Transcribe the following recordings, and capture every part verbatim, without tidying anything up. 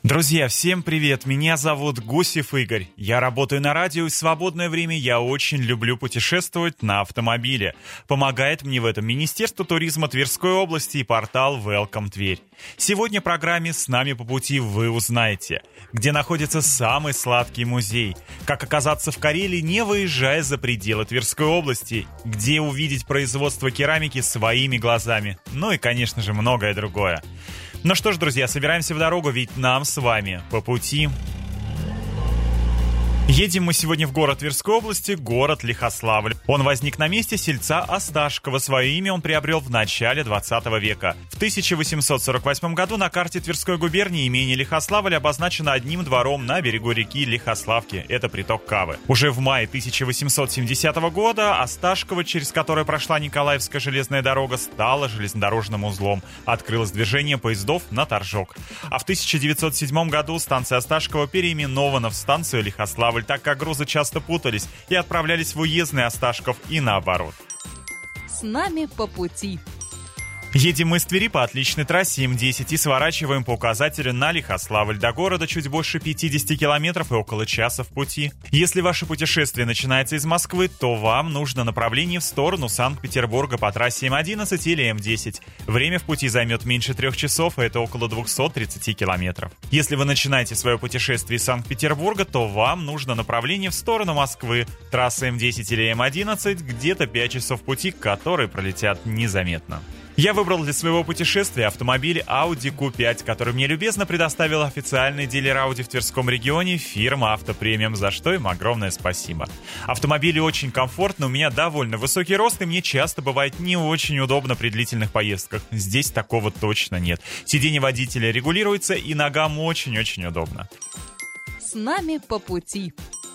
Друзья, всем привет! Меня зовут Гусев Игорь. Я работаю на радио, и в свободное время я очень люблю путешествовать на автомобиле. Помогает мне в этом Министерство туризма Тверской области и портал Welcome Тверь. Сегодня в программе «С нами по пути» вы узнаете, где находится самый сладкий музей, как оказаться в Карелии, не выезжая за пределы Тверской области, где увидеть производство керамики своими глазами, ну и, конечно же, многое другое. Ну что ж, друзья, собираемся в дорогу, ведь нам с вами по пути. Едем мы сегодня в город Тверской области, город Лихославль. Он возник на месте сельца Осташкова. Свое имя он приобрел в начале двадцатого века. В тысяча восемьсот сорок восьмом году на карте Тверской губернии имение Лихославль обозначено одним двором на берегу реки Лихославки. Это приток Кавы. Уже в мае тысяча восемьсот семидесятого года Осташково, через которое прошла Николаевская железная дорога, стала железнодорожным узлом. Открылось движение поездов на Торжок. А в тысяча девятьсот седьмом году станция Осташкова переименована в станцию Лихославль, так как грузы часто путались и отправлялись в уездный Осташков и наоборот. С нами по пути. Едем мы с Твери по отличной трассе эм десять и сворачиваем по указателю на Лихославль. До города чуть больше пятьдесят километров и около часа в пути. Если ваше путешествие начинается из Москвы, то вам нужно направление в сторону Санкт-Петербурга по трассе эм одиннадцать или эм десять. Время в пути займет меньше трех часов, и это около двести тридцать километров. Если вы начинаете свое путешествие из Санкт-Петербурга, то вам нужно направление в сторону Москвы. Трасса эм десять или эм одиннадцать, где-то пять часов пути, которые пролетят незаметно. Я выбрал для своего путешествия автомобиль Audi кью пять, который мне любезно предоставил официальный дилер Audi в Тверском регионе фирма «Автопремиум», за что им огромное спасибо. Автомобиль очень комфортный, у меня довольно высокий рост, и мне часто бывает не очень удобно при длительных поездках. Здесь такого точно нет. Сиденье водителя регулируется, и ногам очень-очень удобно. С нами по пути.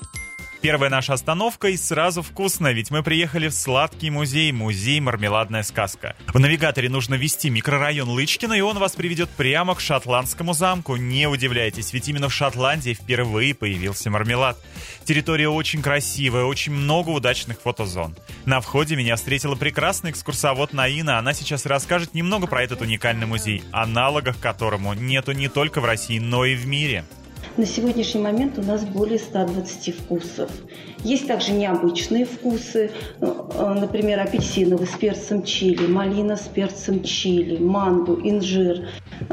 Первая наша остановка, и сразу вкусно, ведь мы приехали в сладкий музей, музей «Мармеладная сказка». В навигаторе нужно ввести микрорайон Лычкино, и он вас приведет прямо к Шотландскому замку. Не удивляйтесь, ведь именно в Шотландии впервые появился мармелад. Территория очень красивая, очень много удачных фотозон. На входе меня встретила прекрасный экскурсовод Наина. Она сейчас расскажет немного про этот уникальный музей, аналогов которому нету не только в России, но и в мире. На сегодняшний момент у нас более ста двадцати вкусов. Есть также необычные вкусы, например, апельсиновый с перцем чили, малина с перцем чили, манго, инжир.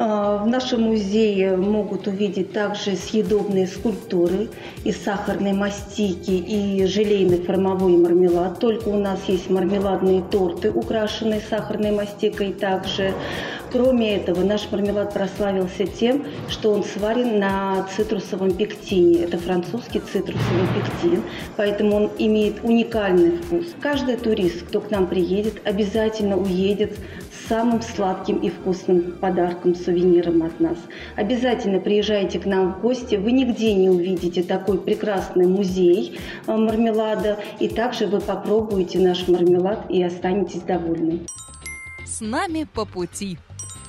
В нашем музее могут увидеть также съедобные скульптуры из сахарной мастики и желейный формовой мармелад. Только у нас есть мармеладные торты, украшенные сахарной мастикой также. Кроме этого, наш мармелад прославился тем, что он сварен на цитрусовом пектине. Это французский цитрусовый пектин, поэтому он имеет уникальный вкус. Каждый турист, кто к нам приедет, обязательно уедет с самым сладким и вкусным подарком, сувениром от нас. Обязательно приезжайте к нам в гости. Вы нигде не увидите такой прекрасный музей мармелада, и также вы попробуете наш мармелад и останетесь довольны. С нами по пути.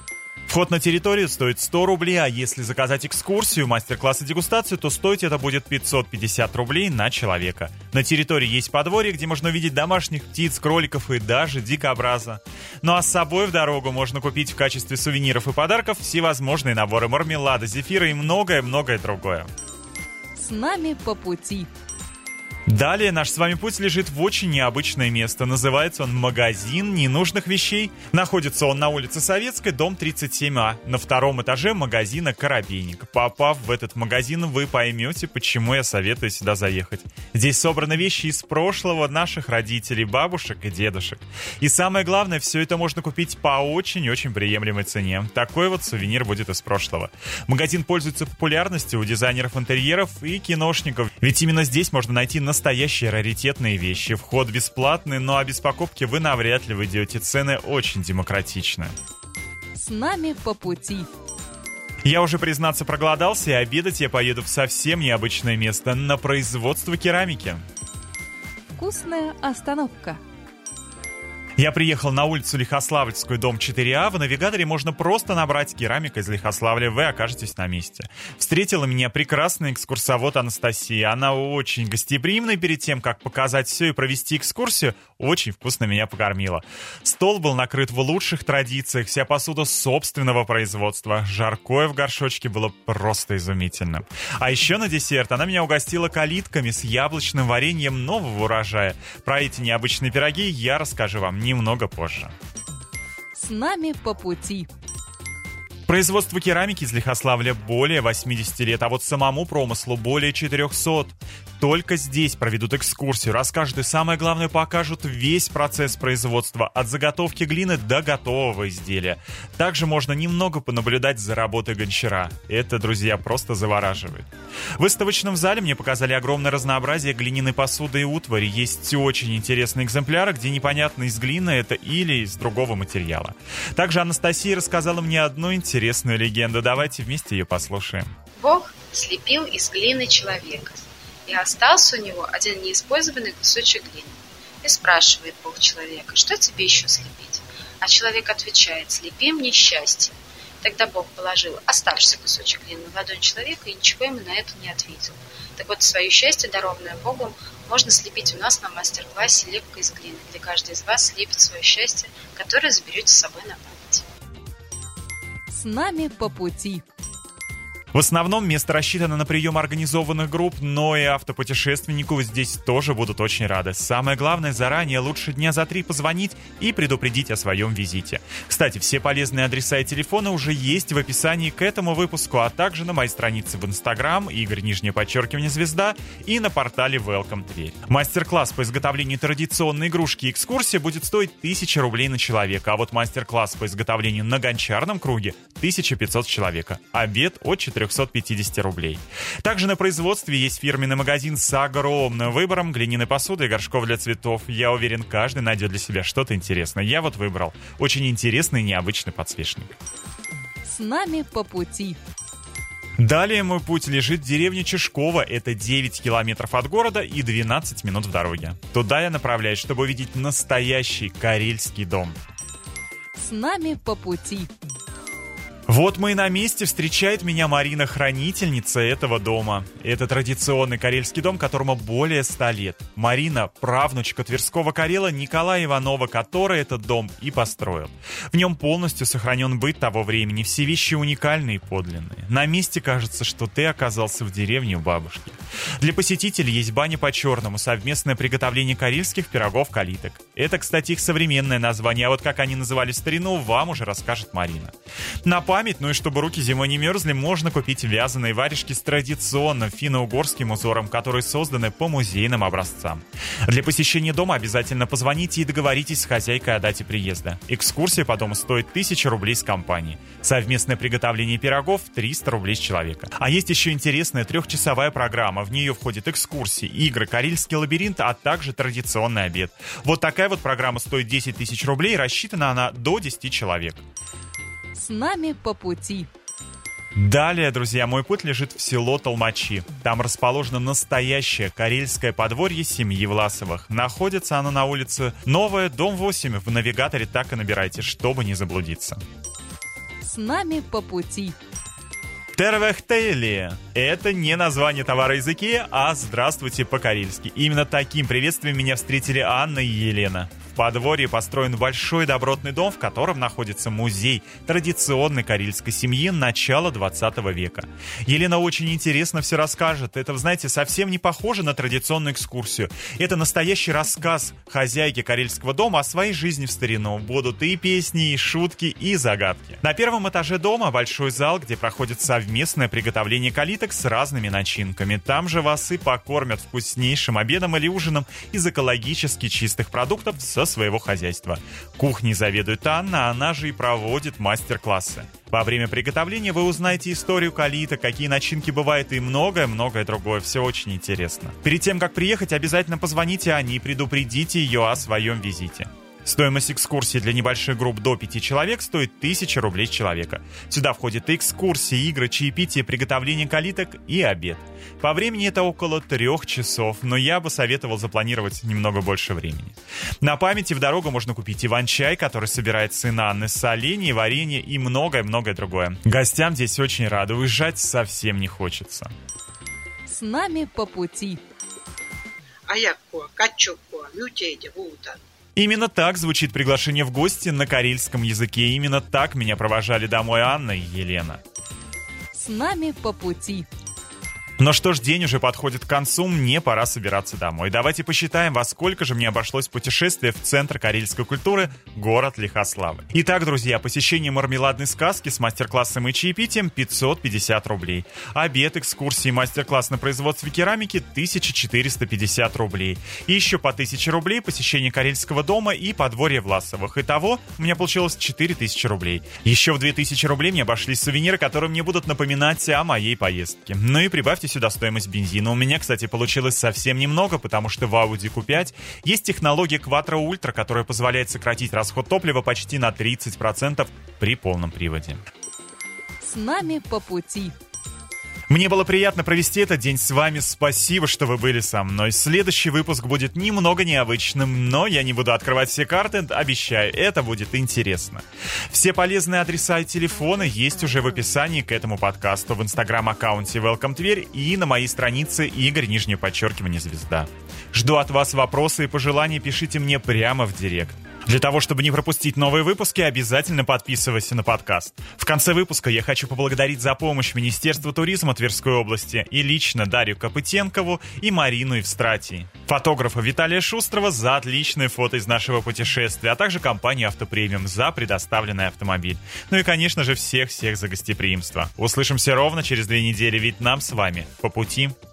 Вход на территорию стоит сто рублей, а если заказать экскурсию, мастер-класс и дегустацию, то стоить это будет пятьсот пятьдесят рублей на человека. На территории есть подворье, где можно увидеть домашних птиц, кроликов и даже дикобраза. Ну а с собой в дорогу можно купить в качестве сувениров и подарков всевозможные наборы мармелада, зефира и многое-многое другое. С нами по пути. Далее наш с вами путь лежит в очень необычное место. Называется он «Магазин ненужных вещей». Находится он на улице Советской, дом тридцать семь А, на втором этаже магазина «Коробейник». Попав в этот магазин, вы поймете, почему я советую сюда заехать. Здесь собраны вещи из прошлого наших родителей, бабушек и дедушек. И самое главное, все это можно купить по очень-очень приемлемой цене. Такой вот сувенир будет из прошлого. Магазин пользуется популярностью у дизайнеров интерьеров и киношников, ведь именно здесь можно найти настоящие Настоящие раритетные вещи. Вход бесплатный, но а без покупки вы навряд ли выйдете. Цены очень демократичны. С нами по пути. Я уже, признаться, проголодался, и обедать я поеду в совсем необычное место, на производство керамики. Вкусная остановка. Я приехал на улицу Лихославльскую, дом четыре А. В навигаторе можно просто набрать «Керамика из Лихославля», вы окажетесь на месте. Встретила меня прекрасный экскурсовод Анастасия. Она очень гостеприимна, и перед тем, как показать все и провести экскурсию, очень вкусно меня покормила. Стол был накрыт в лучших традициях, вся посуда собственного производства. Жаркое в горшочке было просто изумительно. А еще на десерт она меня угостила калитками с яблочным вареньем нового урожая. Про эти необычные пироги я расскажу вам немного позже. С нами по пути. Производству керамики из Лихославля более восемьдесят лет, а вот самому промыслу более четыреста. Только здесь проведут экскурсию, расскажут и, самое главное, покажут весь процесс производства, от заготовки глины до готового изделия. Также можно немного понаблюдать за работой гончара. Это, друзья, просто завораживает. В выставочном зале мне показали огромное разнообразие глиняной посуды и утвари. Есть очень интересные экземпляры, где непонятно, из глины это или из другого материала. Также Анастасия рассказала мне одну интересную легенду. Давайте вместе ее послушаем. Бог слепил из глины человека, и остался у него один неиспользованный кусочек глины. И спрашивает Бог человека: что тебе еще слепить? А человек отвечает: слепи мне счастье. Тогда Бог положил оставшийся кусочек глины в ладонь человека, и ничего ему на это не ответил. Так вот, свое счастье, дарованное Богом, можно слепить у нас на мастер-классе «Лепка из глины», где каждый из вас слепит свое счастье, которое заберете с собой на память. С нами по пути. В основном место рассчитано на прием организованных групп, но и автопутешественников здесь тоже будут очень рады. Самое главное, заранее, лучше дня за три, позвонить и предупредить о своем визите. Кстати, все полезные адреса и телефоны уже есть в описании к этому выпуску, а также на моей странице в Инстаграм, Игорь, нижнее подчеркивание, звезда, и на портале Welcome Тверь. Мастер-класс по изготовлению традиционной игрушки и экскурсии будет стоить тысяча рублей на человека, а вот мастер-класс по изготовлению на гончарном круге тысяча пятьсот человека. Обед от четырехсот пятьдесят рублей. Также на производстве есть фирменный магазин с огромным выбором глиняной посуды и горшков для цветов. Я уверен, каждый найдет для себя что-то интересное. Я вот выбрал очень интересный и необычный подсвечник. С нами по пути. Далее мой путь лежит в деревне Чешково. Это девять километров от города и двенадцать минут в дороге. Туда я направляюсь, чтобы увидеть настоящий карельский дом. С нами по пути. Вот мы и на месте. Встречает меня Марина, хранительница этого дома. Это традиционный карельский дом, которому более ста лет. Марина – правнучка тверского карела Николая Иванова, который этот дом и построил. В нем полностью сохранен быт того времени, все вещи уникальные и подлинные. На месте кажется, что ты оказался в деревне у бабушки. Для посетителей есть баня по-черному, совместное приготовление карельских пирогов-калиток. Это, кстати, их современное название, а вот как они называли в старину, вам уже расскажет Марина. На память, ну и чтобы руки зимой не мерзли, можно купить вязаные варежки с традиционным финно-угорским узором, которые созданы по музейным образцам. Для посещения дома обязательно позвоните и договоритесь с хозяйкой о дате приезда. Экскурсия по дому стоит тысяча рублей с компанией. Совместное приготовление пирогов – триста рублей с человека. А есть еще интересная трехчасовая программа. В нее входят экскурсии, игры, карельский лабиринт, а также традиционный обед. Вот такая вот программа стоит десять тысяч рублей, рассчитана она до десяти человек. С нами по пути. Далее, друзья, мой путь лежит в село Толмачи. Там расположено настоящее карельское подворье семьи Власовых. Находится оно на улице Новая, дом восемь. В навигаторе так и набирайте, чтобы не заблудиться. С нами по пути. Тервехтели. Это не название товара языки, а здравствуйте по-карельски. Именно таким приветствием меня встретили Анна и Елена. В подворье построен большой добротный дом, в котором находится музей традиционной карельской семьи начала двадцатого века. Елена очень интересно все расскажет. Это, знаете, совсем не похоже на традиционную экскурсию. Это настоящий рассказ хозяйки карельского дома о своей жизни в старину. Будут и песни, и шутки, и загадки. На первом этаже дома большой зал, где проходит совместное приготовление калиток с разными начинками. Там же вас и покормят вкуснейшим обедом или ужином из экологически чистых продуктов со своего хозяйства. Кухней заведует Анна, она же и проводит мастер-классы. Во время приготовления вы узнаете историю калиток, какие начинки бывают и многое-многое другое. Все очень интересно. Перед тем, как приехать, обязательно позвоните Ане и предупредите ее о своем визите. Стоимость экскурсии для небольших групп до пяти человек стоит тысяча рублей с человека. Сюда входят экскурсии, игры, чаепитие, приготовление калиток и обед. По времени это около трех часов, но я бы советовал запланировать немного больше времени. На памяти в дорогу можно купить иван-чай, который собирает сын Анны, соленья, варенье и многое-многое другое. Гостям здесь очень рады, уезжать совсем не хочется. С нами по пути. Аякко, качокко, мютеде, вута. Именно так звучит приглашение в гости на карельском языке. Именно так меня провожали домой Анна и Елена. С нами по пути. Ну что ж, день уже подходит к концу, мне пора собираться домой. Давайте посчитаем, во сколько же мне обошлось путешествие в центр карельской культуры, город Лихославль. Итак, друзья, посещение мармеладной сказки с мастер-классом и чаепитием пятьсот пятьдесят рублей. Обед, экскурсии, мастер-класс на производстве керамики тысяча четыреста пятьдесят рублей. И еще по тысяче рублей посещение карельского дома и подворья Власовых. Итого у меня получилось четыре тысячи рублей. Еще в две тысячи рублей мне обошлись сувениры, которые мне будут напоминать о моей поездке. Ну и прибавьте сюда стоимость бензина. У меня, кстати, получилось совсем немного, потому что в Audi кью пять есть технология Quattro Ultra, которая позволяет сократить расход топлива почти на тридцать процентов при полном приводе. С нами по пути. Мне было приятно провести этот день с вами. Спасибо, что вы были со мной. Следующий выпуск будет немного необычным, но я не буду открывать все карты, обещаю, это будет интересно. Все полезные адреса и телефоны есть уже в описании к этому подкасту в инстаграм-аккаунте Welcome Тверь и на моей странице Игорь, нижнее подчеркивание, звезда. Жду от вас вопросы и пожелания, пишите мне прямо в директ. Для того, чтобы не пропустить новые выпуски, обязательно подписывайся на подкаст. В конце выпуска я хочу поблагодарить за помощь Министерству туризма Тверской области и лично Дарью Копытенкову и Марину Евстратий, фотографа Виталия Шустрова за отличное фото из нашего путешествия, а также компанию «Автопремиум» за предоставленный автомобиль. Ну и, конечно же, всех-всех за гостеприимство. Услышимся ровно через две недели, ведь нам с вами по пути.